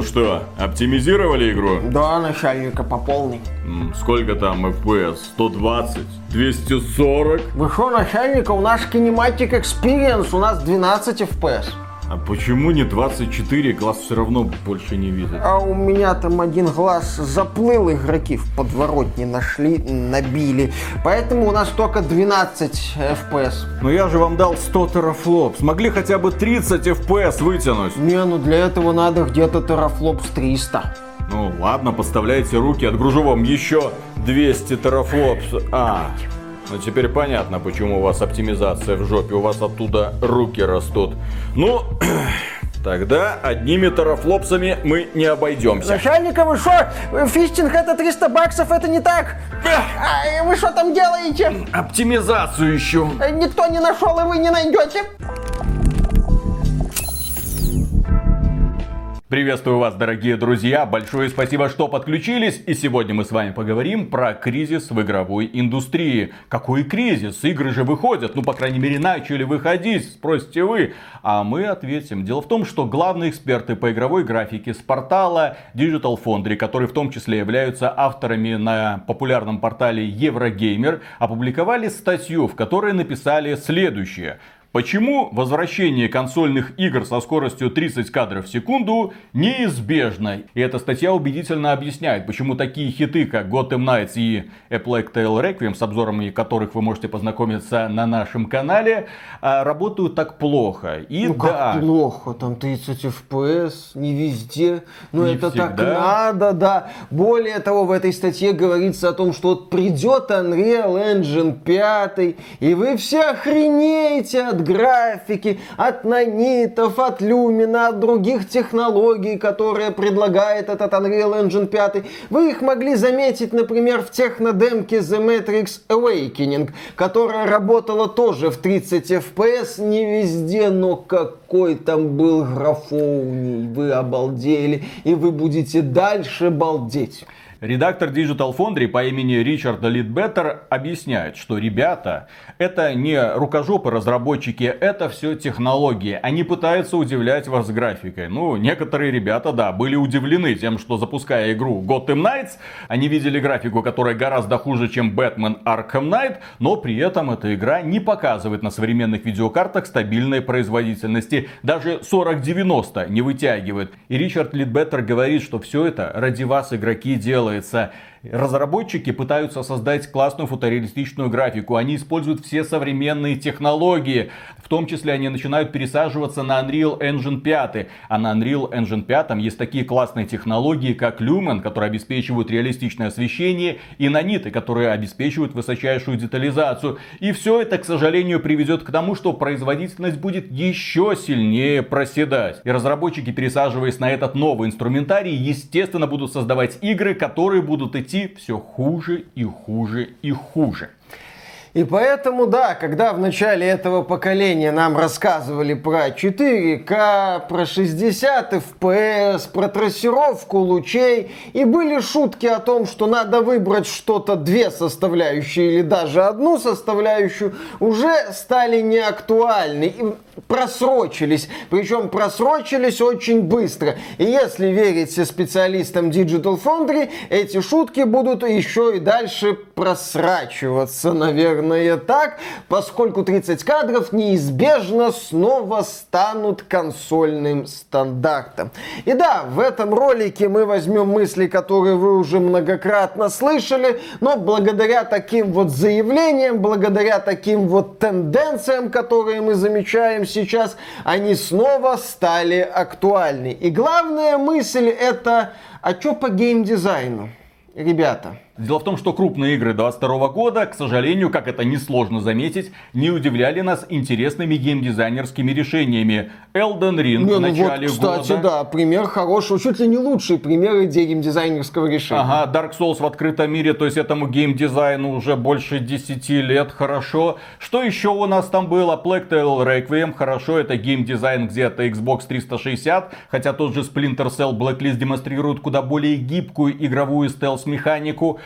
что, оптимизировали игру? Да, начальника по полной. Сколько там FPS? 120? 240? Вы что, начальника, у нас Kinematic Experience, у нас 12 FPS. А почему не 24? Глаз все равно больше не видит. А у меня там один глаз заплыл, игроки в подворотне нашли, набили. Поэтому у нас только 12 FPS. Но я же вам дал 100 терафлоп. Смогли хотя бы 30 FPS вытянуть? Не, ну для этого надо где-то терафлопс 300. Ну ладно, подставляйте руки, отгружу вам еще 200 терафлопс. Ну теперь понятно, почему у вас оптимизация в жопе, у вас оттуда руки растут. Ну, тогда одними терафлопсами мы не обойдемся. Начальника, вы что? Фистинг это 300 баксов, это не так. Вы что там делаете? Оптимизацию ищу. Никто не нашел, и вы не найдете. Приветствую вас, дорогие друзья, большое спасибо, что подключились, и сегодня мы с вами поговорим про кризис в игровой индустрии. Какой кризис? Игры же выходят, ну по крайней мере начали выходить, спросите вы, а мы ответим. Дело в том, что главные эксперты по игровой графике с портала Digital Foundry, которые в том числе являются авторами на популярном портале Eurogamer, опубликовали статью, в которой написали следующее. Почему возвращение консольных игр со скоростью 30 кадров в секунду неизбежно? И эта статья убедительно объясняет, почему такие хиты, как Gotham Knights и A Plague Tale Requiem, с обзорами которых вы можете познакомиться на нашем канале, работают так плохо. И ну как плохо, там 30 FPS, не везде, но не это всегда. Так надо, да. Более того, в этой статье говорится о том, что вот придет Unreal Engine 5, и вы все охренеете от графики, от нанитов, от люмина, от других технологий, которые предлагает этот Unreal Engine 5. Вы их могли заметить, например, в технодемке The Matrix Awakening, которая работала тоже в 30 FPS, не везде, но какой там был графоний, вы обалдели, и вы будете дальше балдеть. Редактор Digital Foundry по имени Ричард Лидбеттер объясняет, что ребята, это не рукожопы разработчики, это все технологии. Они пытаются удивлять вас графикой. Ну, некоторые ребята, да, были удивлены тем, что запуская игру Gotham Knights, они видели графику, которая гораздо хуже, чем Batman Arkham Knight, но при этом эта игра не показывает на современных видеокартах стабильной производительности. Даже 4090 не вытягивает. И Ричард Лидбеттер говорит, что все это ради вас, игроки, делают. Разработчики пытаются создать классную фотореалистичную графику. Они используют все современные технологии. В том числе они начинают пересаживаться на Unreal Engine 5. А на Unreal Engine 5 есть такие классные технологии, как Lumen, которые обеспечивают реалистичное освещение, и наниты, которые обеспечивают высочайшую детализацию. И все это, к сожалению, приведет к тому, что производительность будет еще сильнее проседать. И разработчики, пересаживаясь на этот новый инструментарий, естественно, будут создавать игры, которые будут идти все хуже и хуже и хуже. И поэтому, да, когда в начале этого поколения нам рассказывали про 4К, про 60 FPS, про трассировку лучей, и были шутки о том, что надо выбрать что-то, две составляющие или даже одну составляющую, уже стали неактуальны и просрочились. Причем просрочились очень быстро. И если верить специалистам Digital Foundry, эти шутки будут еще и дальше просрачиваться, наверное, так, поскольку 30 кадров неизбежно снова станут консольным стандартом. И да, в этом ролике мы возьмем мысли, которые вы уже многократно слышали, но благодаря таким вот заявлениям, благодаря таким вот тенденциям, которые мы замечаем сейчас, они снова стали актуальны. И главная мысль это, а что по геймдизайну, ребята? Дело в том, что крупные игры 2022 года, к сожалению, как это несложно заметить, не удивляли нас интересными геймдизайнерскими решениями. Elden Ring в начале вот, кстати, года. Да, пример хороший, чуть ли не лучший пример идеи геймдизайнерского решения. Ага, Dark Souls в открытом мире, то есть этому геймдизайну уже больше 10 лет, хорошо. Что еще у нас там было? Plague Tale Requiem, хорошо, это геймдизайн где-то Xbox 360, хотя тот же Splinter Cell Blacklist демонстрирует куда более гибкую игровую стелс-механику.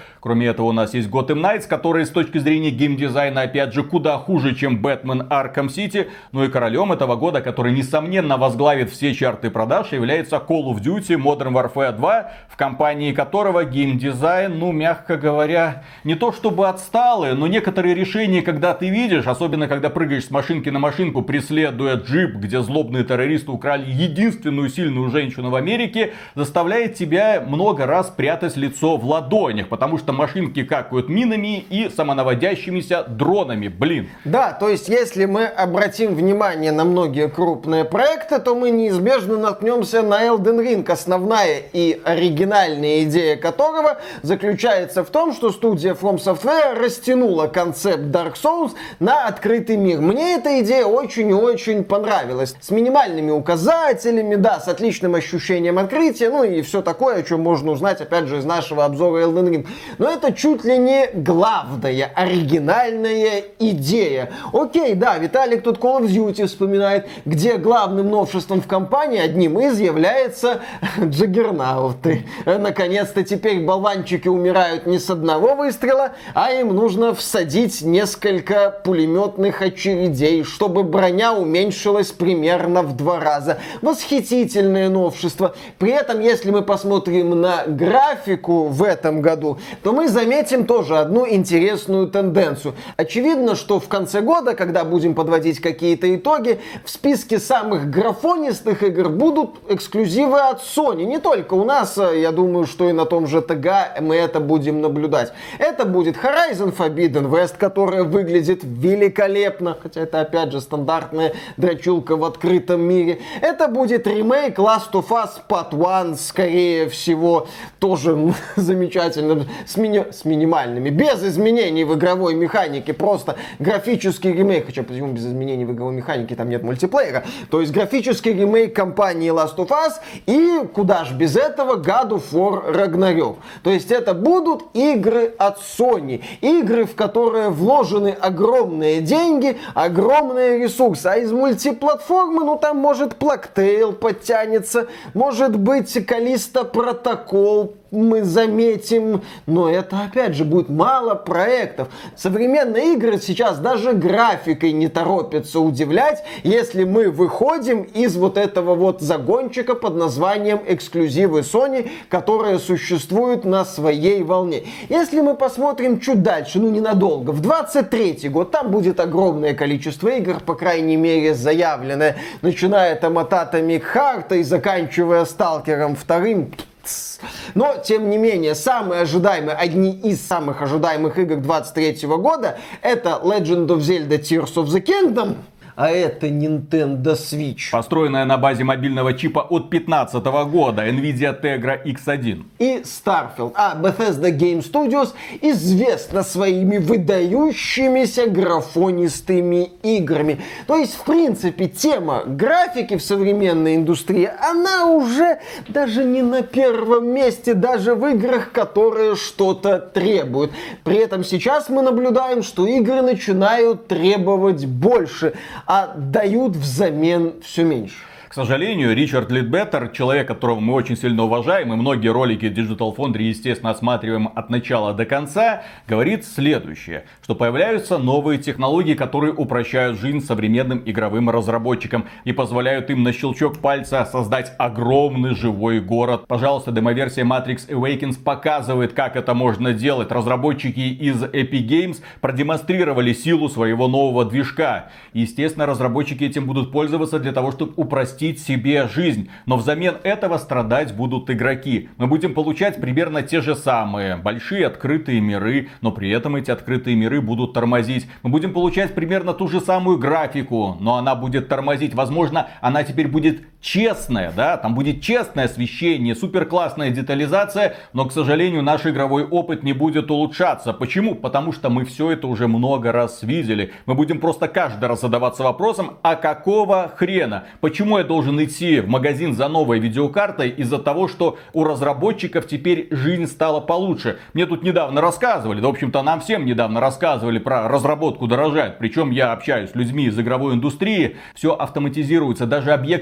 Кроме этого, у нас есть Gotham Knights, который с точки зрения геймдизайна, опять же, куда хуже, чем Batman Arkham City. Ну и королем этого года, который, несомненно, возглавит все чарты продаж, является Call of Duty Modern Warfare 2, в компании которого геймдизайн, ну, мягко говоря, не то чтобы отсталый, но некоторые решения, когда ты видишь, особенно когда прыгаешь с машинки на машинку, преследуя джип, где злобные террористы украли единственную сильную женщину в Америке, заставляет тебя много раз прятать лицо в ладонях, потому что машинки какают минами и самонаводящимися дронами, блин. Да, то есть если мы обратим внимание на многие крупные проекты, то мы неизбежно наткнемся на Elden Ring, основная и оригинальная идея которого заключается в том, что студия From Software растянула концепт Dark Souls на открытый мир. Мне эта идея очень и очень понравилась. С минимальными указателями, да, с отличным ощущением открытия, ну и все такое, о чем можно узнать, опять же, из нашего обзора Elden Ring. Но это чуть ли не главная, оригинальная идея. Окей, да, Виталик тут Call of Duty вспоминает, где главным новшеством в компании, одним из, является джаггернауты. Наконец-то теперь болванчики умирают не с одного выстрела, а им нужно всадить несколько пулеметных очередей, чтобы броня уменьшилась примерно в 2 раза. Восхитительное новшество. При этом, если мы посмотрим на графику в этом году, то мы заметим тоже одну интересную тенденцию. Очевидно, что в конце года, когда будем подводить какие-то итоги, в списке самых графонистых игр будут эксклюзивы от Sony. Не только у нас, я думаю, что и на том же ТГ мы это будем наблюдать. Это будет Horizon Forbidden West, которая выглядит великолепно, хотя это опять же стандартная дрочилка в открытом мире. Это будет ремейк Last of Us Part 1, скорее всего, тоже замечательным, с минимальными, без изменений в игровой механике, просто графический ремейк, хотя почему без изменений в игровой механике, там нет мультиплеера, то есть графический ремейк компании Last of Us и, куда ж без этого, God of War Ragnarok. То есть это будут игры от Sony, игры, в которые вложены огромные деньги, огромные ресурсы, а из мультиплатформы, ну там может Plague Tale подтянется, может быть Callisto Protocol мы заметим, но это опять же будет мало проектов. Современные игры сейчас даже графикой не торопятся удивлять, если мы выходим из вот этого вот загончика под названием эксклюзивы Sony, которые существуют на своей волне. Если мы посмотрим чуть дальше, ну ненадолго, в 23-й год, там будет огромное количество игр, по крайней мере заявленное, начиная там от Atomic Heart и заканчивая Сталкером 2. Но, тем не менее, одни из самых ожидаемых игр 23 года это Legend of Zelda Tears of the Kingdom, а это Nintendo Switch. Построенная на базе мобильного чипа от 2015 года, Nvidia Tegra X1. И Starfield. А Bethesda Game Studios известна своими выдающимися графонистыми играми. То есть, в принципе, тема графики в современной индустрии, она уже даже не на первом месте, даже в играх, которые что-то требуют. При этом сейчас мы наблюдаем, что игры начинают требовать больше, а дают взамен все меньше. К сожалению, Ричард Лидбеттер, человек, которого мы очень сильно уважаем, и многие ролики Digital Foundry, естественно, осматриваем от начала до конца, говорит следующее, что появляются новые технологии, которые упрощают жизнь современным игровым разработчикам и позволяют им на щелчок пальца создать огромный живой город. Пожалуйста, демоверсия Matrix Awakens показывает, как это можно делать. Разработчики из Epic Games продемонстрировали силу своего нового движка. Естественно, разработчики этим будут пользоваться для того, чтобы упростить себе жизнь. Но взамен этого страдать будут игроки. Мы будем получать примерно те же самые большие открытые миры, но при этом эти открытые миры будут тормозить. Мы будем получать примерно ту же самую графику, но она будет тормозить. Возможно, она теперь будет честная, да, там будет честное освещение, супер классная детализация, но, к сожалению, наш игровой опыт не будет улучшаться. Почему? Потому что мы все это уже много раз видели. Мы будем просто каждый раз задаваться вопросом, а какого хрена? Почему я должен идти в магазин за новой видеокартой из-за того, что у разработчиков теперь жизнь стала получше? Мне тут недавно рассказывали, да, в общем-то, нам всем недавно рассказывали про разработку дорожает. Причем я общаюсь с людьми из игровой индустрии, все автоматизируется, даже объекты, которые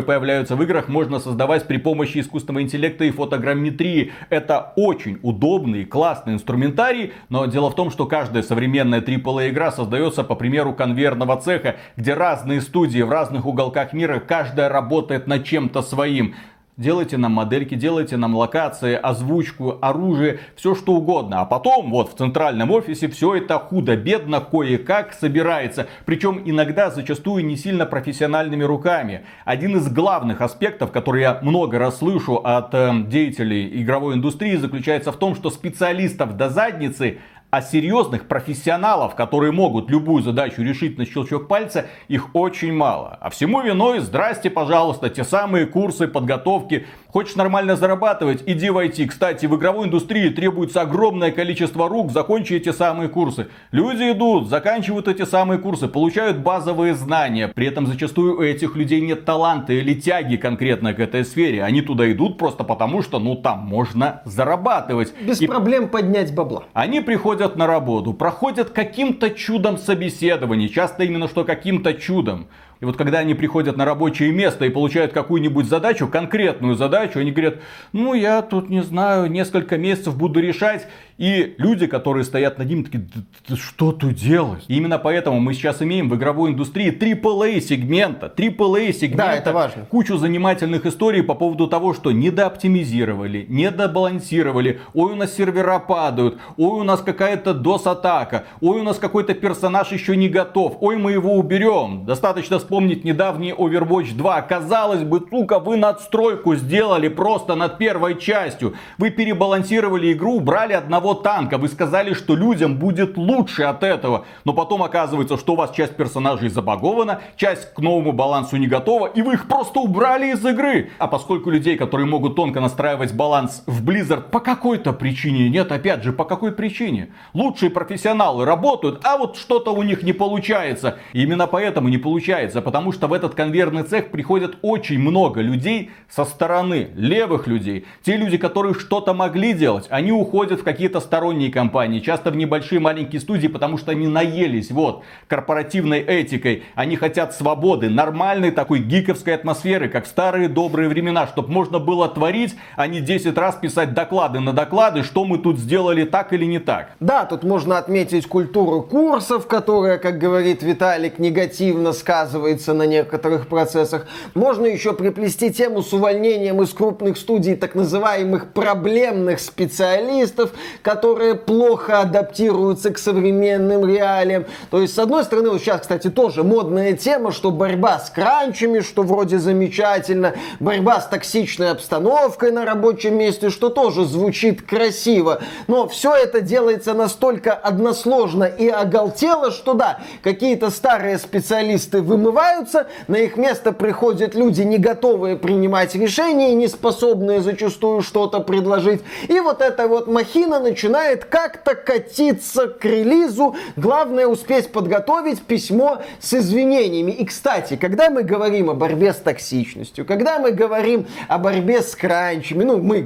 появляются в играх, можно создавать при помощи искусственного интеллекта и фотограмметрии. Это очень удобный, классный инструментарий, но дело в том, что каждая современная AAA игра создается по примеру конвейерного цеха, где разные студии в разных уголках мира, каждая работает над чем-то своим. Делайте нам модельки, делайте нам локации, озвучку, оружие, все что угодно. А потом вот в центральном офисе все это худо-бедно кое-как собирается. Причем иногда зачастую не сильно профессиональными руками. Один из главных аспектов, который я много раз слышу от деятелей игровой индустрии, заключается в том, что специалистов до задницы, а серьезных профессионалов, которые могут любую задачу решить на щелчок пальца, их очень мало. А всему виной, здрасте, пожалуйста, те самые курсы подготовки. Хочешь нормально зарабатывать? Иди в IT. Кстати, в игровой индустрии требуется огромное количество рук, закончи эти самые курсы. Люди идут, заканчивают эти самые курсы, получают базовые знания. При этом зачастую у этих людей нет таланта или тяги конкретно к этой сфере. Они туда идут просто потому, что там можно зарабатывать. Без проблем поднять бабла. Они приходят на работу, проходят каким-то чудом собеседование, часто именно что каким-то чудом. И вот когда они приходят на рабочее место и получают какую-нибудь задачу, конкретную задачу, они говорят, я тут не знаю, несколько месяцев буду решать. И люди, которые стоят над ним, такие, да что тут делать? И именно поэтому мы сейчас имеем в игровой индустрии AAA сегмента. Да, это важно. Кучу занимательных историй по поводу того, что недооптимизировали, недобалансировали. Ой, у нас сервера падают. Ой, у нас какая-то DOS-атака. Ой, у нас какой-то персонаж еще не готов. Ой, мы его уберем. Достаточно вспомнить недавний Overwatch 2. Казалось бы, вы надстройку сделали просто над первой частью. Вы перебалансировали игру, убрали одного танка. Вы сказали, что людям будет лучше от этого. Но потом оказывается, что у вас часть персонажей забагована, часть к новому балансу не готова, и вы их просто убрали из игры. А поскольку людей, которые могут тонко настраивать баланс в Blizzard, по какой-то причине нет, опять же, по какой причине? Лучшие профессионалы работают, а вот что-то у них не получается. И именно поэтому не получается, потому что в этот конвейерный цех приходят очень много людей со стороны, левых людей. Те люди, которые что-то могли делать, они уходят в какие-то сторонние компании, часто в небольшие маленькие студии, потому что они наелись корпоративной этикой. Они хотят свободы, нормальной такой гиковской атмосферы, как в старые добрые времена, чтобы можно было творить, а не 10 раз писать доклады на доклады, что мы тут сделали так или не так. Да, тут можно отметить культуру курсов, которая, как говорит Виталик, негативно сказывается на некоторых процессах. Можно еще приплести тему с увольнением из крупных студий так называемых проблемных специалистов, которые плохо адаптируются к современным реалиям. То есть, с одной стороны, вот сейчас, кстати, тоже модная тема, что борьба с кранчами, что вроде замечательно, борьба с токсичной обстановкой на рабочем месте, что тоже звучит красиво. Но все это делается настолько односложно и оголтело, что да, какие-то старые специалисты вымываются, на их место приходят люди, не готовые принимать решения, не способные зачастую что-то предложить. И вот эта вот махина начинает как-то катиться к релизу. Главное успеть подготовить письмо с извинениями. И, кстати, когда мы говорим о борьбе с токсичностью, когда мы говорим о борьбе с кранчами,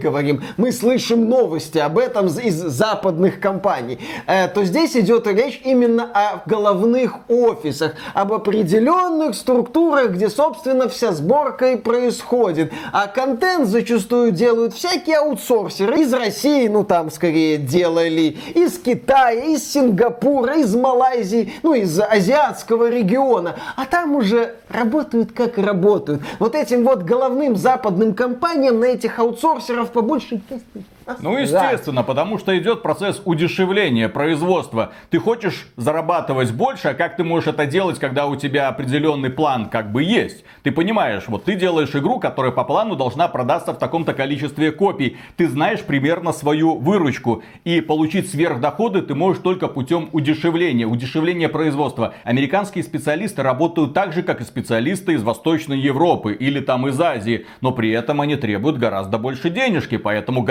мы слышим новости об этом из западных компаний, то здесь идет речь именно о головных офисах, об определенных структурах, где, собственно, вся сборка и происходит. А контент зачастую делают всякие аутсорсеры из России, там скорее делали, из Китая, из Сингапура, из Малайзии, из азиатского региона. А там уже работают как работают. Вот этим вот головным западным компаниям на этих аутсорсеров побольше... Естественно, потому что идет процесс удешевления производства. Ты хочешь зарабатывать больше, а как ты можешь это делать, когда у тебя определенный план есть? Ты понимаешь, ты делаешь игру, которая по плану должна продаться в таком-то количестве копий. Ты знаешь примерно свою выручку. И получить сверхдоходы ты можешь только путем удешевления производства. Американские специалисты работают так же, как и специалисты из Восточной Европы или из Азии. Но при этом они требуют гораздо больше денежки, поэтому гораздо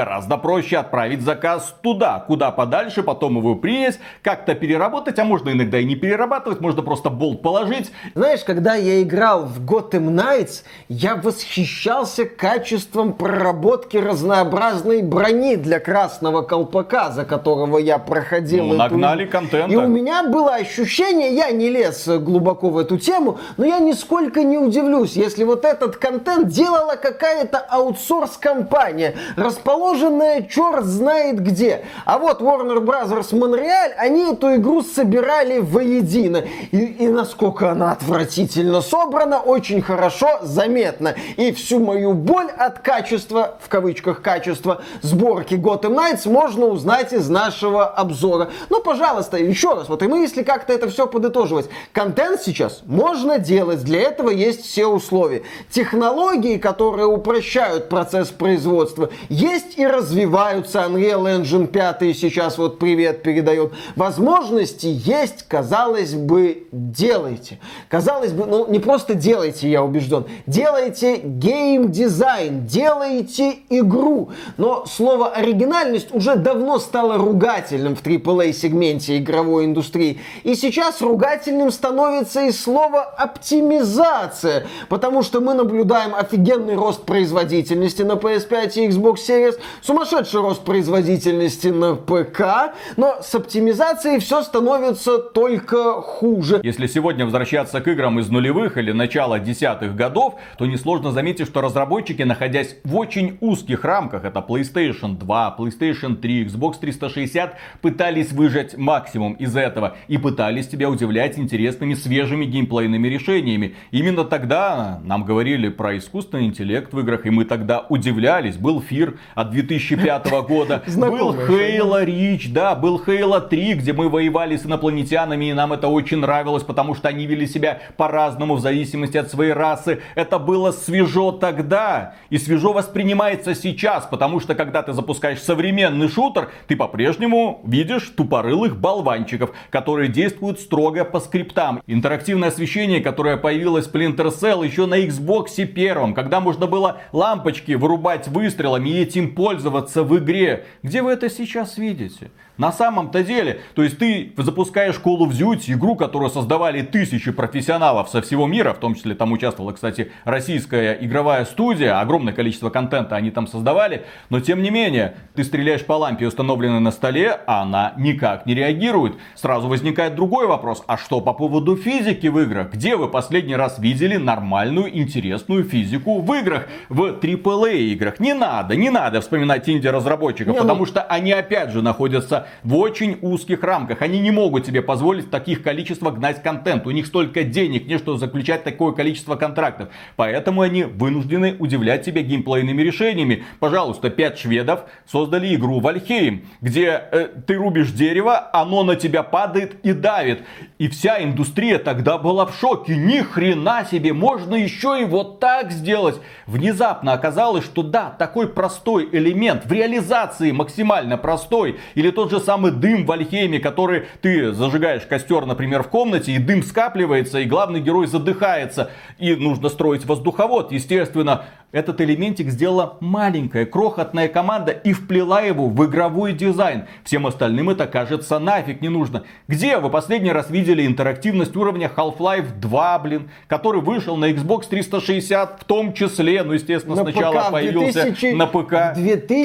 проще отправить заказ туда, куда подальше, потом его принять, как-то переработать, а можно иногда и не перерабатывать, можно просто болт положить. Знаешь, когда я играл в Gotham Knights, я восхищался качеством проработки разнообразной брони для красного колпака, за которого я проходил. Ну, нагнали контента. И у меня было ощущение, я не лез глубоко в эту тему, но я нисколько не удивлюсь, если вот этот контент делала какая-то аутсорс-компания, расположенная черт знает где. А вот Warner Bros. Montreal, они эту игру собирали воедино. И насколько она отвратительно собрана, очень хорошо заметно. И всю мою боль от качества, в кавычках качества, сборки Gotham Knights можно узнать из нашего обзора. Ну, пожалуйста, еще раз, вот и мы, если как-то это все подытоживать, контент сейчас можно делать, для этого есть все условия. Технологии, которые упрощают процесс производства, есть и развиваются. Unreal Engine 5 сейчас вот привет передает. Возможности есть, казалось бы, делайте. Казалось бы, ну не просто делайте, я убежден, делайте геймдизайн, делайте игру. Но слово оригинальность уже давно стало ругательным в AAA-сегменте игровой индустрии. И сейчас ругательным становится и слово оптимизация, потому что мы наблюдаем офигенный рост производительности на PS5 и Xbox Series, сумасшедший рост производительности на ПК, но с оптимизацией все становится только хуже. Если сегодня возвращаться к играм из нулевых или начала десятых годов, то несложно заметить, что разработчики, находясь в очень узких рамках, это PlayStation 2, PlayStation 3, Xbox 360, пытались выжать максимум из этого и пытались тебя удивлять интересными свежими геймплейными решениями. Именно тогда нам говорили про искусственный интеллект в играх, и мы тогда удивлялись. Был Fear от 2005 года, был Halo Reach, да, был Halo 3, где мы воевали с инопланетянами, и нам это очень нравилось, потому что они вели себя по-разному в зависимости от своей расы. Это было свежо тогда, и свежо воспринимается сейчас, потому что когда ты запускаешь современный шутер, ты по-прежнему видишь тупорылых болванчиков, которые действуют строго по скриптам. Интерактивное освещение, которое появилось в Splinter Cell еще на Xbox 1, когда можно было лампочки вырубать выстрелами и этим пользоваться в игре. Где вы это сейчас видите? На самом-то деле, то есть ты запускаешь Call of Duty, игру, которую создавали тысячи профессионалов со всего мира, в том числе там участвовала, кстати, российская игровая студия, огромное количество контента они там создавали, но тем не менее, ты стреляешь по лампе, установленной на столе, а она никак не реагирует. Сразу возникает другой вопрос, а что по поводу физики в играх? Где вы последний раз видели нормальную, интересную физику в играх, в AAA играх? Не надо вспоминать инди-разработчиков, потому что они опять же находятся в очень узких рамках. Они не могут себе позволить в таких количествах гнать контент. У них столько денег, не что заключать такое количество контрактов. Поэтому они вынуждены удивлять тебя геймплейными решениями. Пожалуйста, 5 шведов создали игру Valheim, где ты рубишь дерево, оно на тебя падает и давит. И вся индустрия тогда была в шоке. Ни хрена себе, можно еще и вот так сделать. Внезапно оказалось, что да, такой простой элемент в реализации максимально простой. Или тот же самый дым в Вальхейме, который ты зажигаешь костер, например, в комнате, и дым скапливается, и главный герой задыхается. И нужно строить воздуховод, естественно. Этот элементик сделала маленькая, крохотная команда и вплела его в игровой дизайн. Всем остальным это, кажется, нафиг не нужно. Где вы последний раз видели интерактивность уровня Half-Life 2, который вышел на Xbox 360 в том числе, ну, естественно, на сначала ПК появился на ПК. В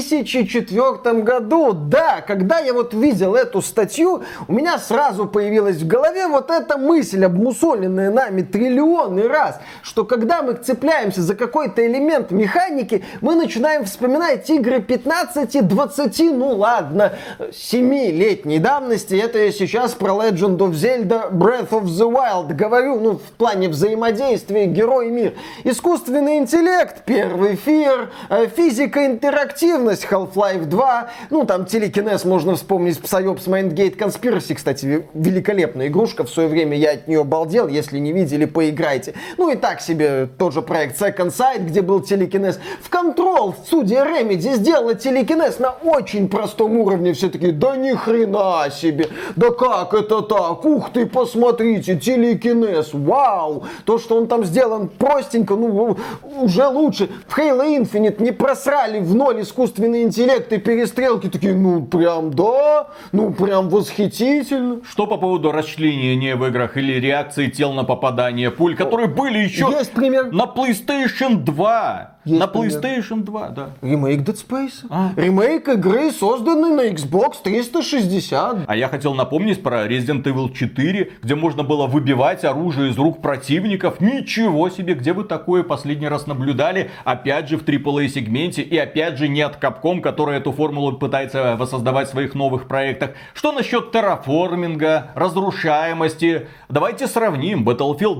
2004 году, да, когда я вот видел эту статью, у меня сразу появилась в голове вот эта мысль, обмусоленная нами триллионный раз, что когда мы цепляемся за какой-то элемент механики, мы начинаем вспоминать игры 15-20, ну ладно, 7-летней давности. Это я сейчас про Legend of Zelda Breath of the Wild говорю, ну, в плане взаимодействия герой и мир. Искусственный интеллект, первый Fear, физика, интерактивность, Half-Life 2, ну, там телекинез можно вспомнить, Psyops Mindgate Conspiracy, кстати, великолепная игрушка, в свое время я от нее балдел, если не видели, поиграйте. Ну, и так себе тот же проект Second Sight, где был телекинез. В Control студия Remedy сделала телекинез на очень простом уровне. Все такие, да ни хрена себе, да как это так? Ух ты, посмотрите, телекинез, вау! То, что он там сделан простенько, ну, уже лучше. В Halo Infinite не просрали в ноль искусственный интеллект и перестрелки. Такие, ну, прям, да, ну, прям восхитительно. Что по поводу расчленения в играх или реакции тел на попадание пуль, которые были еще Есть пример. на PlayStation 2. Есть на пример. PlayStation 2, да. Ремейк Dead Space. Ремейк игры, созданный на Xbox 360. А я хотел напомнить про Resident Evil 4, где можно было выбивать оружие из рук противников. Ничего себе, где вы такое последний раз наблюдали? Опять же в AAA сегменте и опять же не от Capcom, которая эту формулу пытается воссоздавать в своих новых проектах. Что насчет терраформинга, разрушаемости? Давайте сравним Battlefield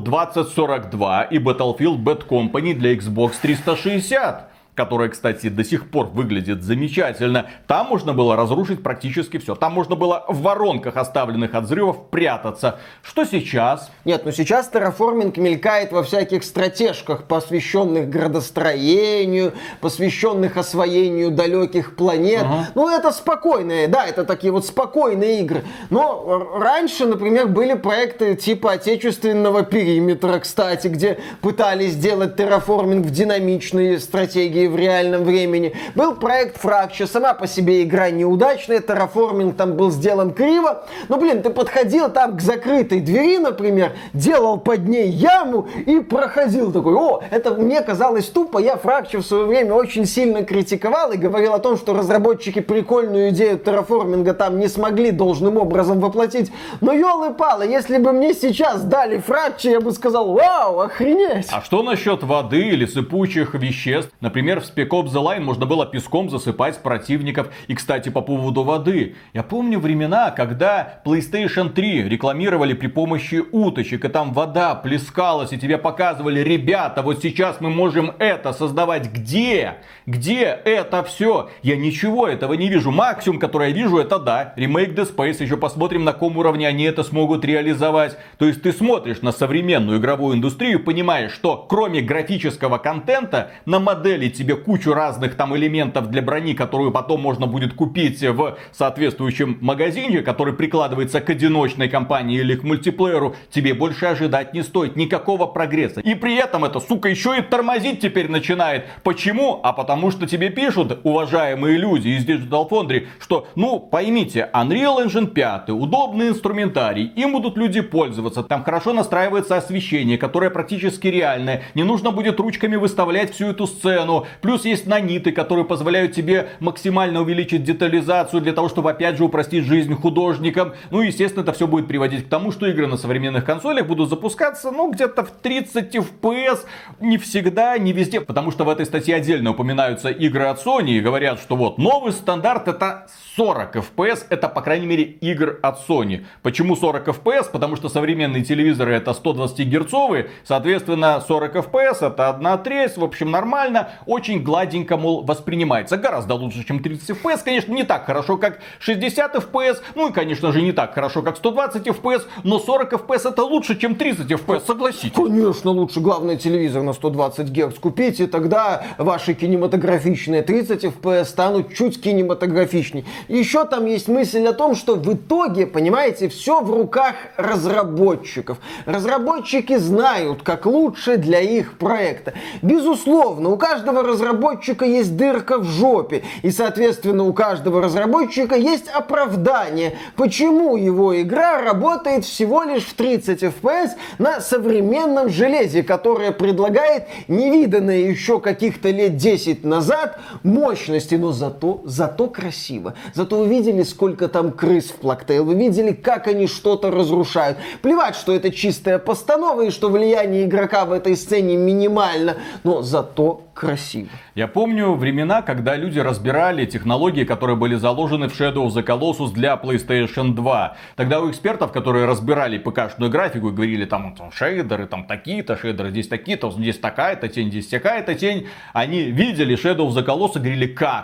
2042 и Battlefield Bad Company для Xbox 360. Которая, кстати, до сих пор выглядит замечательно. Там можно было разрушить практически все. Там можно было в воронках, оставленных от взрывов, прятаться. Что сейчас? Нет, ну сейчас терраформинг мелькает во всяких стратежках, посвященных градостроению, посвященных освоению далеких планет. Ну, это спокойные, да, это такие вот спокойные игры. Но раньше, например, были проекты типа отечественного периметра, кстати, где пытались сделать терраформинг в динамичные стратегии в реальном времени. Был проект Fracture, сама по себе игра неудачная, терраформинг там был сделан криво. Но, блин, ты подходил там к закрытой двери, например, делал под ней яму и проходил такой, о, это мне казалось тупо. Я Fracture в свое время очень сильно критиковал и говорил о том, что разработчики прикольную идею терраформинга там не смогли должным образом воплотить. Но ёлы-палы, если бы мне сейчас дали Fracture, я бы сказал, вау, охренеть. А что насчет воды или сыпучих веществ? Например, в Spec Ops The Line можно было песком засыпать противников. И, кстати, по поводу воды. Я помню времена, когда PlayStation 3 рекламировали при помощи уточек, и там вода плескалась, и тебе показывали, ребята, вот сейчас мы можем это создавать. Где? Где это все? Я ничего этого не вижу. Максимум, который я вижу, это да, ремейк Dead Space. Еще посмотрим, на каком уровне они это смогут реализовать. То есть ты смотришь на современную игровую индустрию, понимаешь, что кроме графического контента, на модели тебе кучу разных там элементов для брони, которую потом можно будет купить в соответствующем магазине, который прикладывается к одиночной кампании или к мультиплееру, тебе больше ожидать не стоит никакого прогресса. И при этом это, сука, еще и тормозить теперь начинает. Почему? А потому что тебе пишут, уважаемые люди из Digital Foundry, что, ну, поймите, Unreal Engine 5, удобный инструментарий, им будут люди пользоваться, там хорошо настраивается освещение, которое практически реальное, не нужно будет ручками выставлять всю эту сцену. Плюс есть наниты, которые позволяют тебе максимально увеличить детализацию для того, чтобы опять же упростить жизнь художникам. Ну и естественно это все будет приводить к тому, что игры на современных консолях будут запускаться, ну, где-то в 30 FPS. Не всегда, не везде. Потому что в этой статье отдельно упоминаются игры от Sony и говорят, что вот новый стандарт это 40 FPS. Это, по крайней мере, игр от Sony. Почему 40 FPS? Потому что современные телевизоры это 120 герцовые. Соответственно, 40 FPS это 1/3. В общем, нормально. Очень гладенько, мол, воспринимается. Гораздо лучше, чем 30 FPS. Конечно, не так хорошо, как 60 FPS. Ну и, конечно же, не так хорошо, как 120 FPS. Но 40 FPS это лучше, чем 30 FPS. Согласитесь. Конечно, лучше. Главное, телевизор на 120 Гц купить. И тогда ваши кинематографичные 30 FPS станут чуть кинематографичней. Еще там есть мысль о том, что в итоге, понимаете, все в руках разработчиков. Разработчики знают, как лучше для их проекта. Безусловно, у каждого разработчика есть дырка в жопе. И, соответственно, у каждого разработчика есть оправдание, почему его игра работает всего лишь в 30 FPS на современном железе, которое предлагает невиданные еще каких-то лет 10 назад мощности. Но зато красиво. Зато вы видели, сколько там крыс в Plague вы видели, как они что-то разрушают. Плевать, что это чистая постанова и что влияние игрока в этой сцене минимально, но зато красиво. Я помню времена, когда люди разбирали технологии, которые были заложены в Shadow of the Colossus для PlayStation 2. Тогда у экспертов, которые разбирали ПК-шную графику и говорили, там шейдеры, там такие-то шейдеры, здесь такие-то, здесь такая-то тень, здесь такая-то тень, они видели Shadow of the Colossus и говорили, как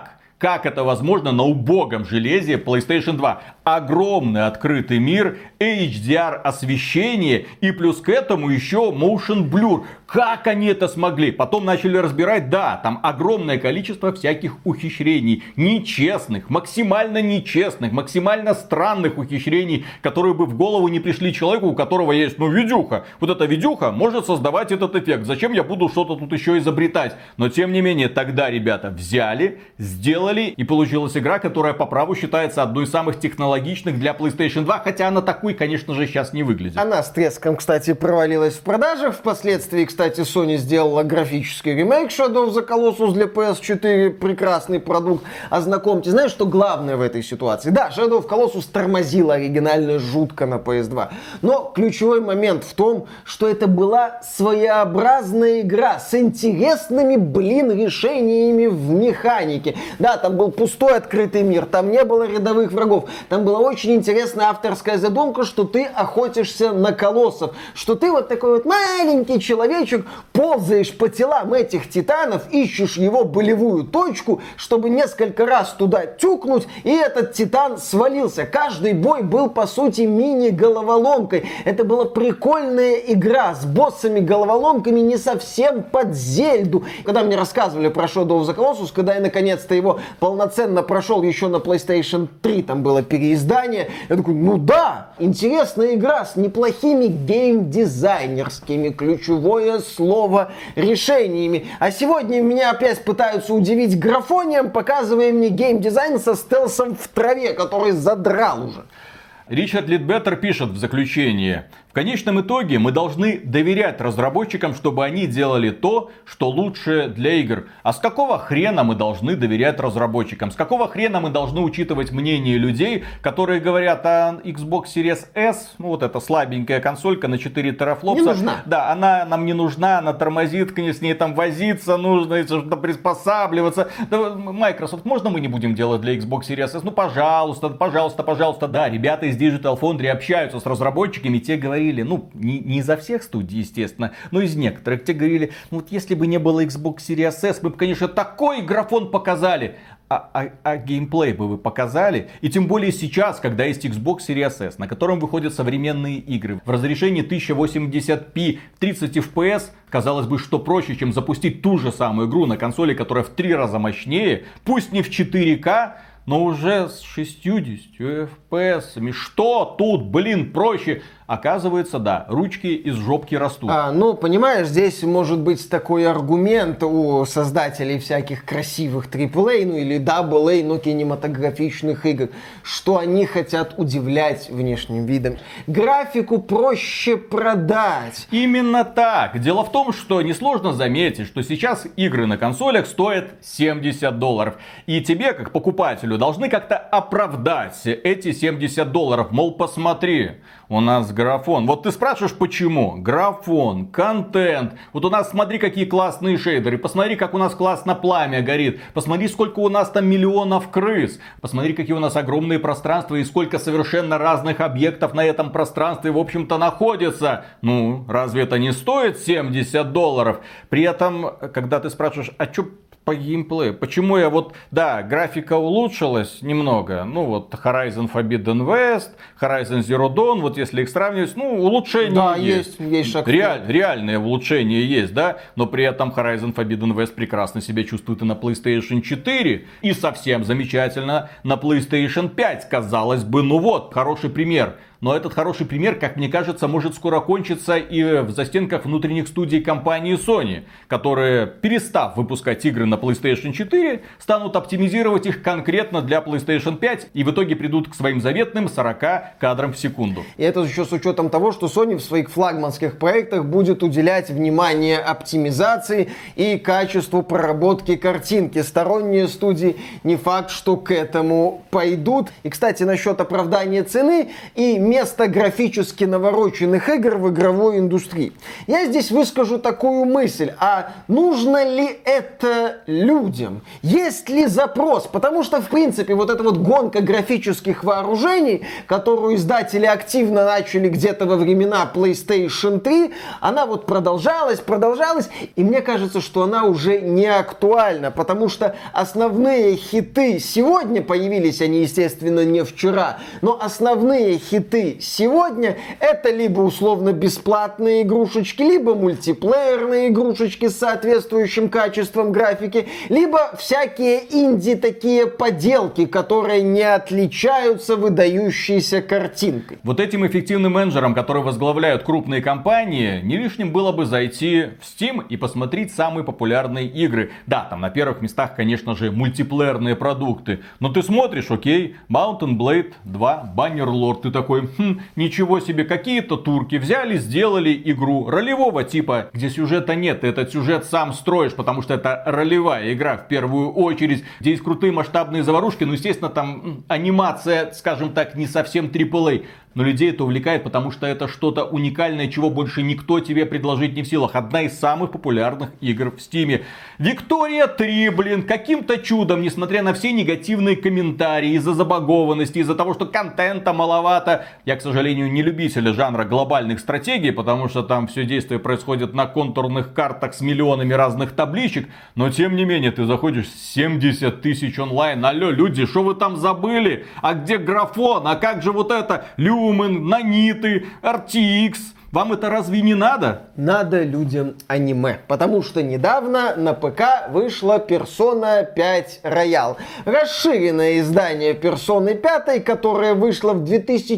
Как это возможно на убогом железе PlayStation 2? Огромный открытый мир, HDR освещение и плюс к этому еще Motion Blur. Как они это смогли? Потом начали разбирать, да, там огромное количество всяких ухищрений. Нечестных, максимально странных ухищрений, которые бы в голову не пришли человеку, у которого есть, видюха. Вот эта видюха может создавать этот эффект. Зачем я буду что-то тут еще изобретать? Но тем не менее, тогда ребята взяли, сделали, и получилась игра, которая по праву считается одной из самых технологичных для PlayStation 2, хотя она такой, конечно же, сейчас не выглядит. Она с треском, кстати, провалилась в продажах. Впоследствии, кстати, Sony сделала графический ремейк Shadow of the Colossus для PS4. Прекрасный продукт. Ознакомьтесь. Знаешь, что главное в этой ситуации? Да, Shadow of Colossus тормозила оригинально жутко на PS2. Но ключевой момент в том, что это была своеобразная игра с интересными, решениями в механике. Да, там был пустой открытый мир, там не было рядовых врагов. Там была очень интересная авторская задумка, что ты охотишься на колоссов. Что ты вот такой вот маленький человечек, ползаешь по телам этих титанов, ищешь его болевую точку, чтобы несколько раз туда тюкнуть, и этот титан свалился. Каждый бой был, по сути, мини-головоломкой. Это была прикольная игра с боссами-головоломками не совсем под Зельду. Когда мне рассказывали про Shadow of the Colossus, когда я наконец-то его полноценно прошел еще на PlayStation 3, там было переиздание, я такой, интересная игра с неплохими геймдизайнерскими, ключевое слово, решениями. А сегодня меня опять пытаются удивить графонием, показывая мне геймдизайн со стелсом в траве, который задрал уже. Ричард Лидбеттер пишет в заключении: в конечном итоге мы должны доверять разработчикам, чтобы они делали то, что лучше для игр. А с какого хрена мы должны доверять разработчикам? С какого хрена мы должны учитывать мнение людей, которые говорят, а Xbox Series S, вот эта слабенькая консолька на 4 терафлопса. Не нужна. Да, она нам не нужна, она тормозит, с ней там возиться нужно, что-то приспосабливаться. Да, Microsoft, можно мы не будем делать для Xbox Series S? Пожалуйста. Да, ребята из Digital Foundry общаются с разработчиками, те говорили, не изо всех студий, естественно, но из некоторых. Те говорили, если бы не было Xbox Series S, мы бы, конечно, такой графон показали. А геймплей бы вы показали? И тем более сейчас, когда есть Xbox Series S, на котором выходят современные игры в разрешении 1080p 30 FPS, казалось бы, что проще, чем запустить ту же самую игру на консоли, которая в 3 раза мощнее, пусть не в 4К, но уже с 60 FPS. Что тут, проще? Оказывается, да, ручки из жопки растут. Понимаешь, здесь может быть такой аргумент у создателей всяких красивых AAA, или AA, но кинематографичных игр, что они хотят удивлять внешним видом. Графику проще продать. Именно так. Дело в том, что несложно заметить, что сейчас игры на консолях стоят $70. И тебе, как покупателю, должны как-то оправдать эти $70. Мол, посмотри, у нас графон. Вот ты спрашиваешь, почему? Графон, контент. Вот у нас, смотри, какие классные шейдеры. Посмотри, как у нас классно пламя горит. Посмотри, сколько у нас там миллионов крыс. Посмотри, какие у нас огромные пространства и сколько совершенно разных объектов на этом пространстве, в общем-то, находится. Разве это не стоит $70? При этом, когда ты спрашиваешь, а что по геймплею? Почему графика улучшилась немного. Horizon Forbidden West, Horizon Zero Dawn, если их сравнивать, улучшение есть. Есть шаг. Реальное улучшение есть, да. Но при этом Horizon Forbidden West прекрасно себя чувствует и на PlayStation 4. И совсем замечательно на PlayStation 5. Казалось бы, хороший пример. Но этот хороший пример, как мне кажется, может скоро кончиться и в застенках внутренних студий компании Sony, которые, перестав выпускать игры на PlayStation 4, станут оптимизировать их конкретно для PlayStation 5 и в итоге придут к своим заветным 40 кадрам в секунду. И это еще с учетом того, что Sony в своих флагманских проектах будет уделять внимание оптимизации и качеству проработки картинки. Сторонние студии не факт, что к этому пойдут. И, кстати, насчет оправдания цены и место графически навороченных игр в игровой индустрии. Я здесь выскажу такую мысль, а нужно ли это людям? Есть ли запрос? Потому что, в принципе, вот эта вот гонка графических вооружений, которую издатели активно начали где-то во времена PlayStation 3, она вот продолжалась, и мне кажется, что она уже не актуальна, потому что основные хиты сегодня, появились они, естественно, не вчера, но основные хиты сегодня это либо условно бесплатные игрушечки, либо мультиплеерные игрушечки с соответствующим качеством графики, либо всякие инди такие поделки, которые не отличаются выдающейся картинкой. Вот этим эффективным менеджерам, которые возглавляют крупные компании, не лишним было бы зайти в Steam и посмотреть самые популярные игры. Да, там на первых местах, конечно же, мультиплеерные продукты. Но ты смотришь, окей, Mountain Blade 2, Bannerlord, ты такой, ничего себе, какие-то турки взяли, сделали игру ролевого типа, где сюжета нет, ты этот сюжет сам строишь, потому что это ролевая игра в первую очередь, где есть крутые масштабные заварушки, но, естественно, там анимация, скажем так, не совсем AAA. Но людей это увлекает, потому что это что-то уникальное, чего больше никто тебе предложить не в силах. Одна из самых популярных игр в Стиме. Виктория 3, каким-то чудом, несмотря на все негативные комментарии из-за забагованности, из-за того, что контента маловато. Я, к сожалению, не любитель жанра глобальных стратегий, потому что там все действие происходит на контурных картах с миллионами разных табличек. Но, тем не менее, ты заходишь 70 тысяч онлайн. Алло, люди, что вы там забыли? А где графон? А как же вот это? Люмен, наниты, RTX. Вам это разве не надо? Надо людям аниме. Потому что недавно на ПК вышла Persona 5 Royal. Расширенное издание Persona 5, которое вышло в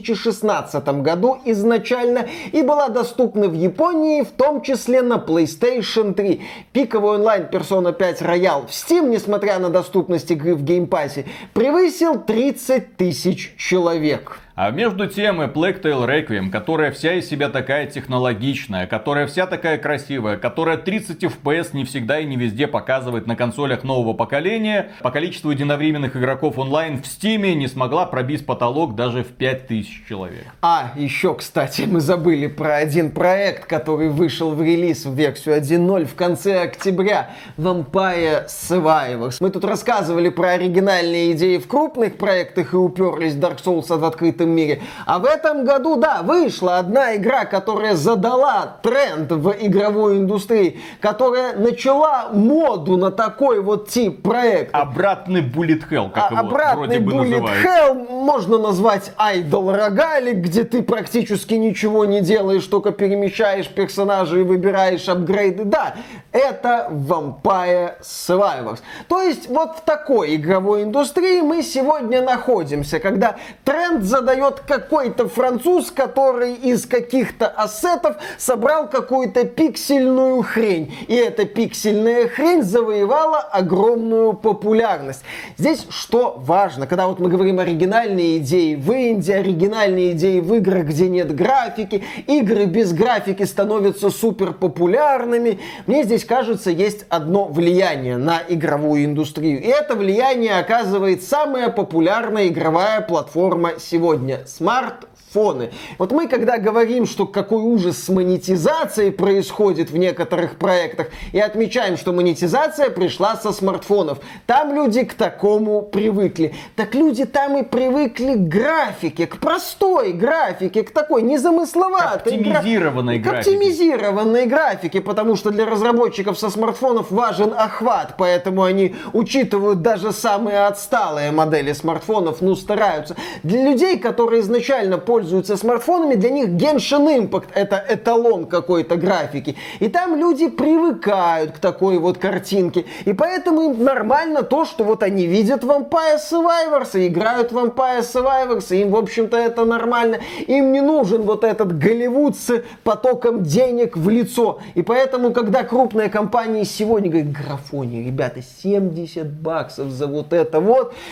2016 году изначально и была доступна в Японии, в том числе на PlayStation 3. Пиковый онлайн Persona 5 Royal в Steam, несмотря на доступность игры в геймпассе, превысил 30 тысяч человек. А между тем и Plague Tale Requiem, которая вся из себя такая технологичная, которая вся такая красивая, которая 30 FPS не всегда и не везде показывает на консолях нового поколения, по количеству единовременных игроков онлайн в Steam не смогла пробить потолок даже в 5000 человек. А, еще, кстати, мы забыли про один проект, который вышел в релиз в версию 1.0 в конце октября. Vampire Survivors. Мы тут рассказывали про оригинальные идеи в крупных проектах и уперлись в Dark Souls в открытом мире. А в этом году, да, вышла одна игра, которая задала тренд в игровой индустрии, которая начала моду на такой вот тип проекта. Обратный Bullet Hell, как его вроде бы называют. Hell можно назвать Idol Rogalик, где ты практически ничего не делаешь, только перемещаешь персонажей и выбираешь апгрейды. Да, это Vampire Survivors. То есть вот в такой игровой индустрии мы сегодня находимся, когда тренд задает какой-то француз, который из каких-то ассетов собрал какую-то пиксельную хрень. И эта пиксельная хрень завоевала огромную популярность. Здесь что важно, когда вот мы говорим оригинальные идеи в инди, оригинальные идеи в играх, где нет графики, игры без графики становятся супер популярными. Мне здесь кажется, есть одно влияние на игровую индустрию. И это влияние оказывает самая популярная игровая платформа сегодня. Смартфоны. Вот мы, когда говорим, что какой ужас с монетизацией происходит в некоторых проектах, и отмечаем, что монетизация пришла со смартфонов. Там люди к такому привыкли. Так люди там и привыкли к графике, к простой графике, к такой незамысловатой оптимизированной графике. К оптимизированной графике, потому что для разработчиков со смартфонов важен охват, поэтому они учитывают даже самые отсталые модели смартфонов, ну стараются. Для людей, которые изначально пользуются смартфонами, для них Genshin Impact это эталон какой-то графики. И там люди привыкают к такой вот картинке. И поэтому им нормально то, что вот они видят Vampire Survivors и играют в Vampire Survivors, и им, в общем-то, это нормально. Им не нужен вот этот Голливуд с потоком денег в лицо. И поэтому, когда крупные компании сегодня говорят: графоний, ребята, $70 за вот это вот,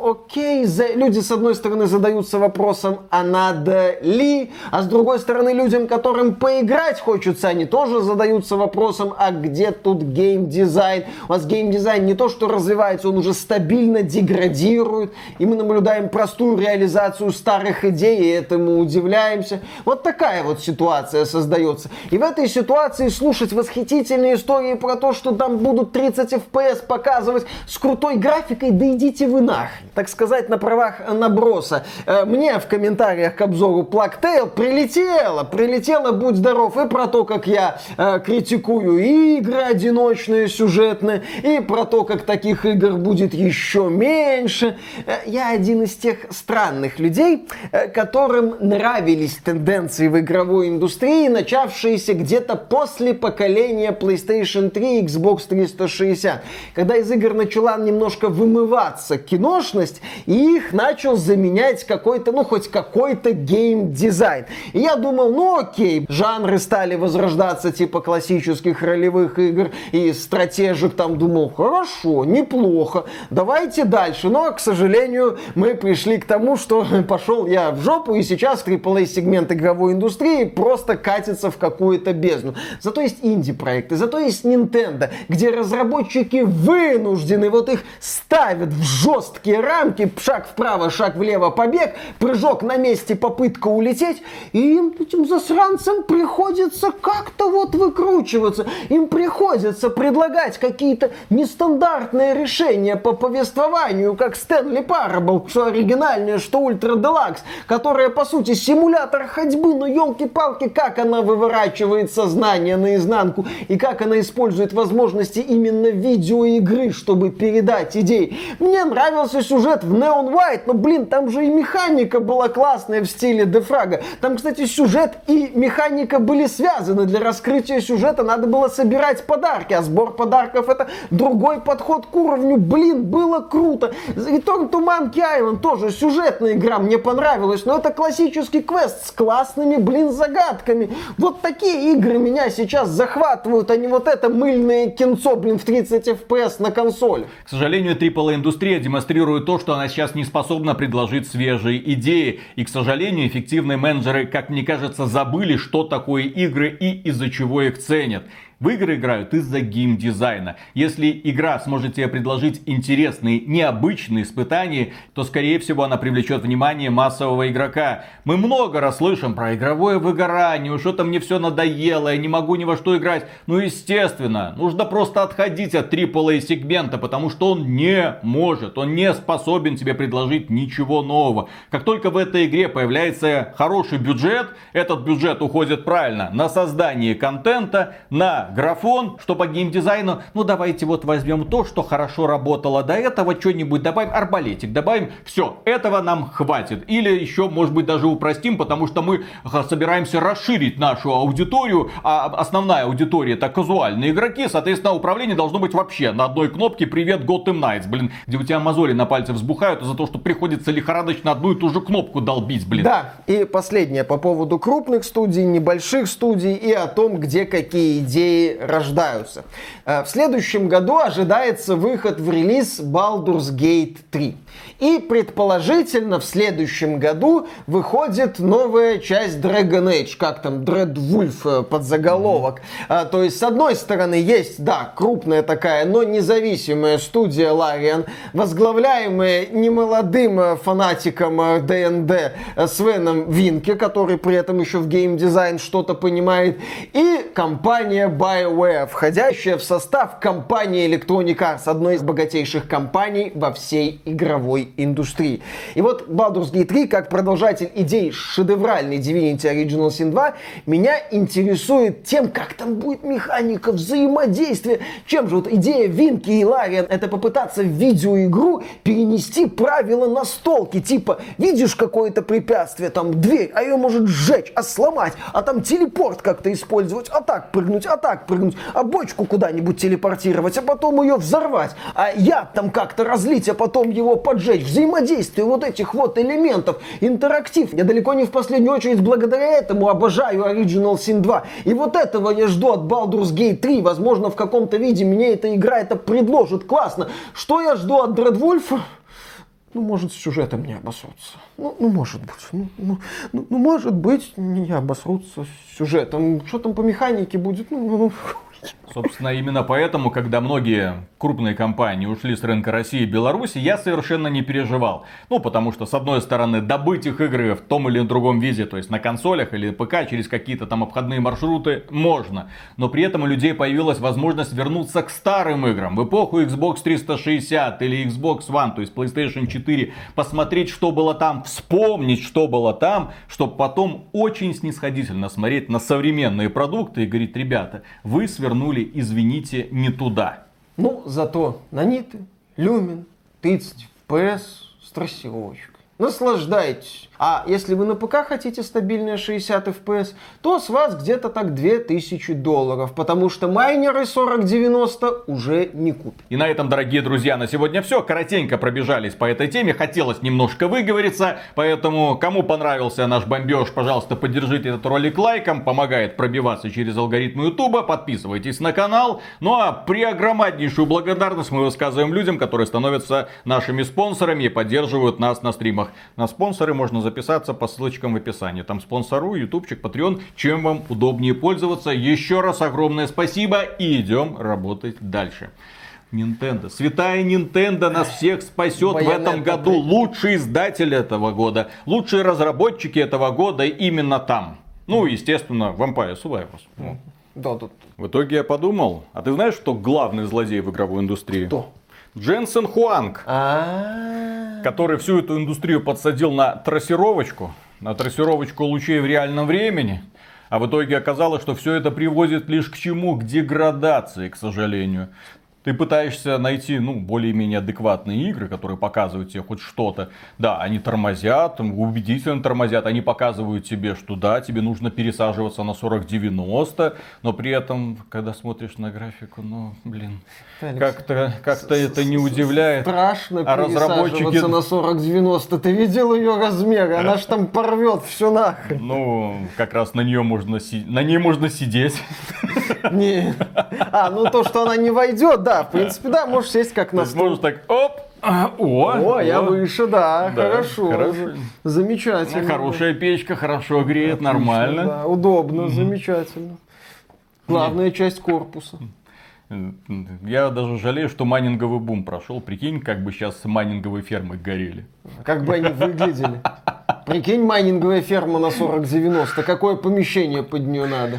окей, люди с одной стороны задаются вопросом, а надо ли, а с другой стороны людям, которым поиграть хочется, они тоже задаются вопросом, а где тут геймдизайн? У вас геймдизайн не то, что развивается, он уже стабильно деградирует, и мы наблюдаем простую реализацию старых идей, и этому удивляемся. Вот такая вот ситуация создается. И в этой ситуации слушать восхитительные истории про то, что там будут 30 FPS показывать с крутой графикой, да идите вы нахрен. Так сказать, на правах наброса. Мне в комментариях к обзору Plague Tale прилетело, будь здоров, и про то, как я критикую игры одиночные, сюжетные, и про то, как таких игр будет еще меньше. Я один из тех странных людей, которым нравились тенденции в игровой индустрии, начавшиеся где-то после поколения PlayStation 3 и Xbox 360, когда из игр начала немножко вымываться киношность, и их начал заменять какой-то, хоть какой-то геймдизайн. И я думал, окей, жанры стали возрождаться типа классических ролевых игр и стратежек, там думал, хорошо, неплохо, давайте дальше. Но, к сожалению, мы пришли к тому, что пошел я в жопу, и сейчас AAA-сегмент игровой индустрии просто катится в какую-то бездну. Зато есть инди-проекты, зато есть Nintendo, где разработчики вынуждены, их ставят в жесткие рамки, шаг вправо, шаг влево, побег, прыжок на месте, попытка улететь, и им, этим засранцам, приходится как-то выкручиваться, им приходится предлагать какие-то нестандартные решения по повествованию, как Stanley Parable, что оригинальное, что Ultra Deluxe, которая, по сути, симулятор ходьбы, но елки-палки, как она выворачивает сознание наизнанку, и как она использует возможности именно видеоигры, чтобы передать идеи. Мне нравился сюжет в Neon White, но, там же и механика была классная в стиле Дефрага. Там, кстати, сюжет и механика были связаны. Для раскрытия сюжета надо было собирать подарки, а сбор подарков — это другой подход к уровню. Было круто. Return to Monkey Island тоже сюжетная игра, мне понравилась, но это классический квест с классными, загадками. Вот такие игры меня сейчас захватывают, а не это мыльное кинцо, в 30 FPS на консоли. К сожалению, AAA-индустрия демонстрирует то, что она сейчас не способна предложить свежие идеи. И, к сожалению, эффективные менеджеры, как мне кажется, забыли, что такое игры и из-за чего их ценят. В игры играют из-за геймдизайна. Если игра сможет тебе предложить интересные, необычные испытания, то, скорее всего, она привлечет внимание массового игрока. Мы много раз слышим про игровое выгорание, что-то мне все надоело, я не могу ни во что играть. Естественно, нужно просто отходить от AAA сегмента, потому что он не может, он не способен тебе предложить ничего нового. Как только в этой игре появляется хороший бюджет, этот бюджет уходит правильно на создание контента, на графон, что по геймдизайну, давайте возьмем то, что хорошо работало до этого, что-нибудь добавим, арбалетик добавим, все, этого нам хватит. Или еще, может быть, даже упростим, потому что мы собираемся расширить нашу аудиторию, а основная аудитория — это казуальные игроки, соответственно, управление должно быть вообще на одной кнопке «Привет, Gotham Knights», где у тебя мозоли на пальце взбухают за то, что приходится лихорадочно одну и ту же кнопку долбить, Да, и последнее по поводу крупных студий, небольших студий и о том, где какие идеи рождаются. В следующем году ожидается выход в релиз Baldur's Gate 3. И предположительно в следующем году выходит новая часть Dragon Age, как там, Dreadwolf подзаголовок. То есть, с одной стороны, есть, крупная такая, но независимая студия Larian, возглавляемая немолодым фанатиком ДНД Свеном Винке, который при этом еще в геймдизайн что-то понимает, и компания BioWare, входящая в состав компании Electronic Arts, одной из богатейших компаний во всей игровой индустрии. И Baldur's Gate 3, как продолжатель идей шедевральной Divinity Original Sin 2, меня интересует тем, как там будет механика взаимодействия. Чем же идея Винки и Larian — это попытаться в видеоигру перенести правила настолки. Типа, видишь какое-то препятствие, там дверь, а ее может сжечь, а сломать, а там телепорт как-то использовать, а так прыгнуть, а бочку куда-нибудь телепортировать, а потом ее взорвать, а яд там как-то разлить, а потом его поджечь. Взаимодействие этих элементов, интерактив. Я далеко не в последнюю очередь благодаря этому обожаю Original Sin 2. И этого я жду от Baldur's Gate 3. Возможно, в каком-то виде мне эта игра это предложит. Классно. Что я жду от Dreadwolf? может, с сюжетом не обосрутся. Может быть. Может быть, не обосрутся с сюжетом. Что там по механике будет? Собственно, именно поэтому, когда многие крупные компании ушли с рынка России и Беларуси, я совершенно не переживал. Потому что, с одной стороны, добыть их игры в том или другом виде, то есть на консолях или ПК, через какие-то там обходные маршруты, можно. Но при этом у людей появилась возможность вернуться к старым играм, в эпоху Xbox 360 или Xbox One, то есть PlayStation 4, посмотреть, что было там, вспомнить, что было там, чтобы потом очень снисходительно смотреть на современные продукты и говорить: ребята, вы свернули, извините, не туда. Зато наниты, люмен, 30 FPS с трассировочкой. Наслаждайтесь. А если вы на ПК хотите стабильные 60 FPS, то с вас где-то так $2000, потому что майнеры 4090 уже не купят. И на этом, дорогие друзья, на сегодня все. Коротенько пробежались по этой теме. Хотелось немножко выговориться, поэтому кому понравился наш бомбеж, пожалуйста, поддержите этот ролик лайком. Помогает пробиваться через алгоритмы Ютуба. Подписывайтесь на канал. А преогромаднейшую благодарность мы высказываем людям, которые становятся нашими спонсорами и поддерживают нас на стримах. На спонсоры можно записаться по ссылочкам в описании. Там спонсору, ютубчик, патреон. Чем вам удобнее пользоваться. Еще раз огромное спасибо. И идем работать дальше. Nintendo. Святая Nintendo нас всех спасет в этом году. Лучший издатель этого года. Лучшие разработчики этого года именно там. Естественно, Vampire Survivors. Да. В итоге я подумал. А ты знаешь, что главный злодей в игровой индустрии? Кто? Дженсен Хуанг, который всю эту индустрию подсадил на трассировочку лучей в реальном времени. А в итоге оказалось, что все это приводит лишь к чему? К деградации, к сожалению. Ты пытаешься найти, более-менее адекватные игры, которые показывают тебе хоть что-то. Да, они тормозят, убедительно тормозят. Они показывают тебе, что да, тебе нужно пересаживаться на 4090. Но при этом, когда смотришь на графику, как-то это не удивляет. Страшно пересаживаться на 4090. Ты видел ее размеры? Она ж там порвет все нахрен. Как раз на ней можно сидеть. Не. То, что она не войдет, да. В принципе, да, можешь сесть как на стул. Можешь так, оп, я выше, да, хорошо. Замечательно. Хорошая печка, хорошо греет, нормально. Да, удобно, замечательно. Главная часть корпуса. Я даже жалею, что майнинговый бум прошел. Прикинь, как бы сейчас майнинговые фермы горели. Как бы они выглядели. Прикинь, майнинговая ферма на 4090. Какое помещение под нее надо?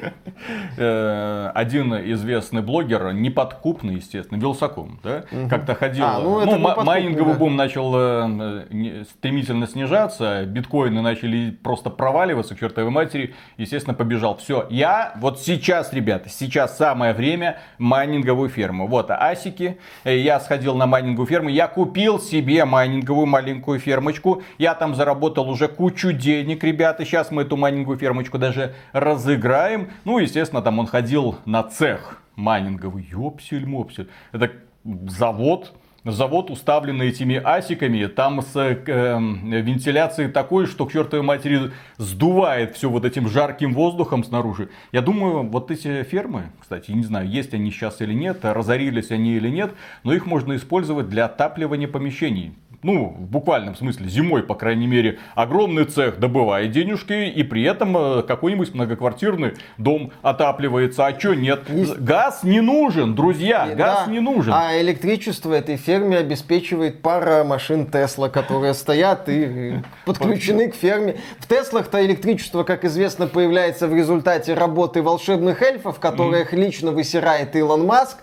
Один известный блогер, неподкупный, естественно, Вилсаком, да, как-то ходил. Майнинговый бум начал стремительно снижаться, биткоины начали просто проваливаться к чертовой матери, естественно, побежал. Все, сейчас, ребята, сейчас самое время майнинговую ферму. Асики, я сходил на майнинговую ферму, я купил себе майнинговую маленькую фермочку, я там заработал уже кучу денег, ребята, сейчас мы эту майнинговую фермочку даже разыграем. Естественно, там он ходил на цех майнинговый. Ёпсель-мопсель. Это завод, уставленный этими асиками. Там с вентиляцией такой, что к чертовой матери сдувает все этим жарким воздухом снаружи. Я думаю, эти фермы, кстати, не знаю, есть они сейчас или нет, разорились они или нет, но их можно использовать для отапливания помещений. В буквальном смысле, зимой, по крайней мере, огромный цех добывает денежки, и при этом какой-нибудь многоквартирный дом отапливается. А что нет? Газ не нужен, друзья, газ не нужен. А электричество этой ферме обеспечивает пара машин Тесла, которые стоят и подключены к ферме. В Теслах-то электричество, как известно, появляется в результате работы волшебных эльфов, которых лично высирает Илон Маск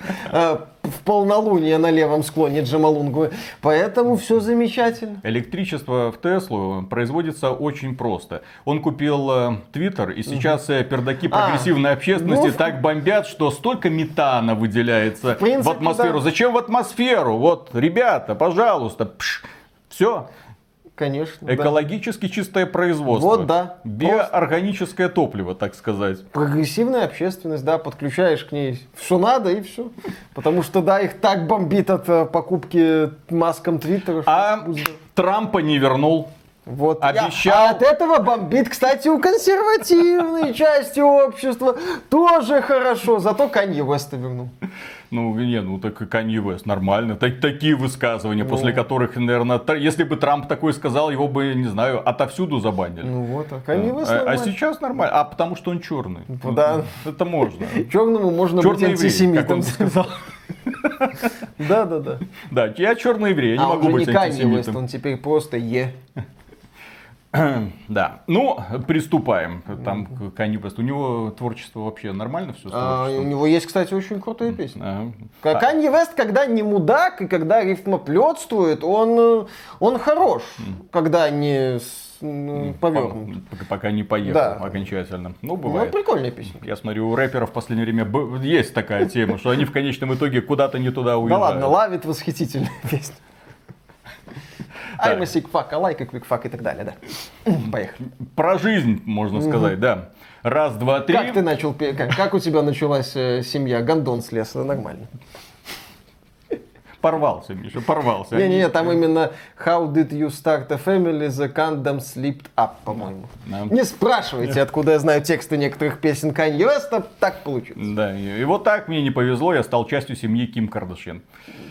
в полнолуние на левом склоне Джомолунгмы. Поэтому все замечательно. Электричество в Теслу производится очень просто. Он купил Твиттер, и сейчас пердаки прогрессивной общественности так бомбят, что столько метана выделяется в атмосферу. Да. Зачем в атмосферу? Ребята, пожалуйста, все. Конечно. Экологически чистое производство. Да. Биоорганическое топливо, так сказать. Прогрессивная общественность, да, подключаешь к ней что надо и все. Потому что, да, их так бомбит от покупки Маском Твиттера. Трампа не вернул. Обещал. А от этого бомбит, кстати, у консервативной части общества. Тоже хорошо. Зато Канье Уэста вернул. Ну, не, ну так и Канье Уэст нормально. Такие высказывания, после которых, наверное, если бы Трамп такое сказал, его бы, не знаю, отовсюду забанили. Ну вот, а Канье Уэст А нормально. сейчас нормально. А потому что он черный. Да. Это можно. Черному можно быть Черный еврей, как он антисемитом. сказал. Да. Да, я черный еврей, я не могу он быть не Канье Уэст, антисемитом. он теперь просто Е. Да, ну, приступаем. Там Канье Уэст. У него творчество вообще нормально все? У него есть, кстати, очень крутая песня. Канье Уэст, когда не мудак и когда рифмоплетствует, он хорош. Когда не повернут. Пока не поехал окончательно. Ну, бывает. Ну, прикольная песня. Я смотрю, у рэперов в последнее время есть такая тема, что они в конечном итоге куда-то не туда Да уезжают. ладно, лавит восхитительная песня. I'm a sick fuck, I like a quick fuck и так далее, да. Поехали. Про жизнь, можно сказать, да. Раз, два, три. Как ты начал, как у тебя началась семья? Гондон слез, это нормально. Порвался, Миша, порвался. Не-не-не, там именно How did you start a family, the condom slipped up, по-моему. Да. Не спрашивайте, откуда я знаю тексты некоторых песен Канье Уэста, так получилось. Да, и вот так мне не повезло, я стал частью семьи Ким Кардашьян.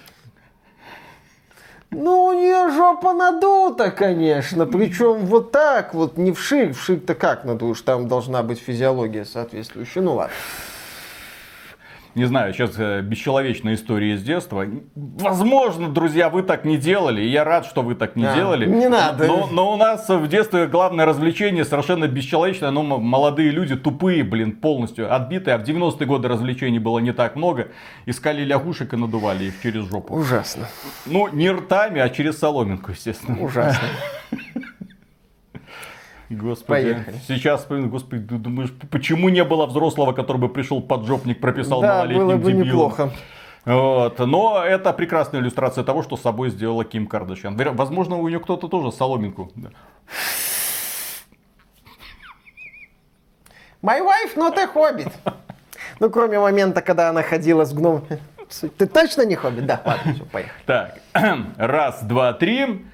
Ну, у нее жопа надута, конечно. Причем вот так вот, не вширь. Вширь-то как надуешь? Там должна быть физиология соответствующая. Ну ладно. Не знаю, сейчас бесчеловечная история из детства. Возможно, друзья, вы так не делали. И я рад, что вы так не делали. Не надо. Но у нас в детстве главное развлечение совершенно бесчеловечное. Но молодые люди тупые, полностью отбитые. А в 90-е годы развлечений было не так много. Искали лягушек и надували их через жопу. Ужасно. Ну, не ртами, а через соломинку, естественно. Ужасно. Господи, Поехали. сейчас, господи, ты думаешь, почему не было взрослого, который бы пришел поджопник, прописал Да, малолетним было бы дебилам? неплохо. Вот. Но это прекрасная иллюстрация того, что с собой сделала Ким Кардашьян. Возможно, у нее кто-то тоже соломинку. Да. My wife not a hobbit. Ну, кроме момента, когда она ходила с гномом. Ты точно не хоббит? Да, ладно, все, поехали. Так, раз, два, три.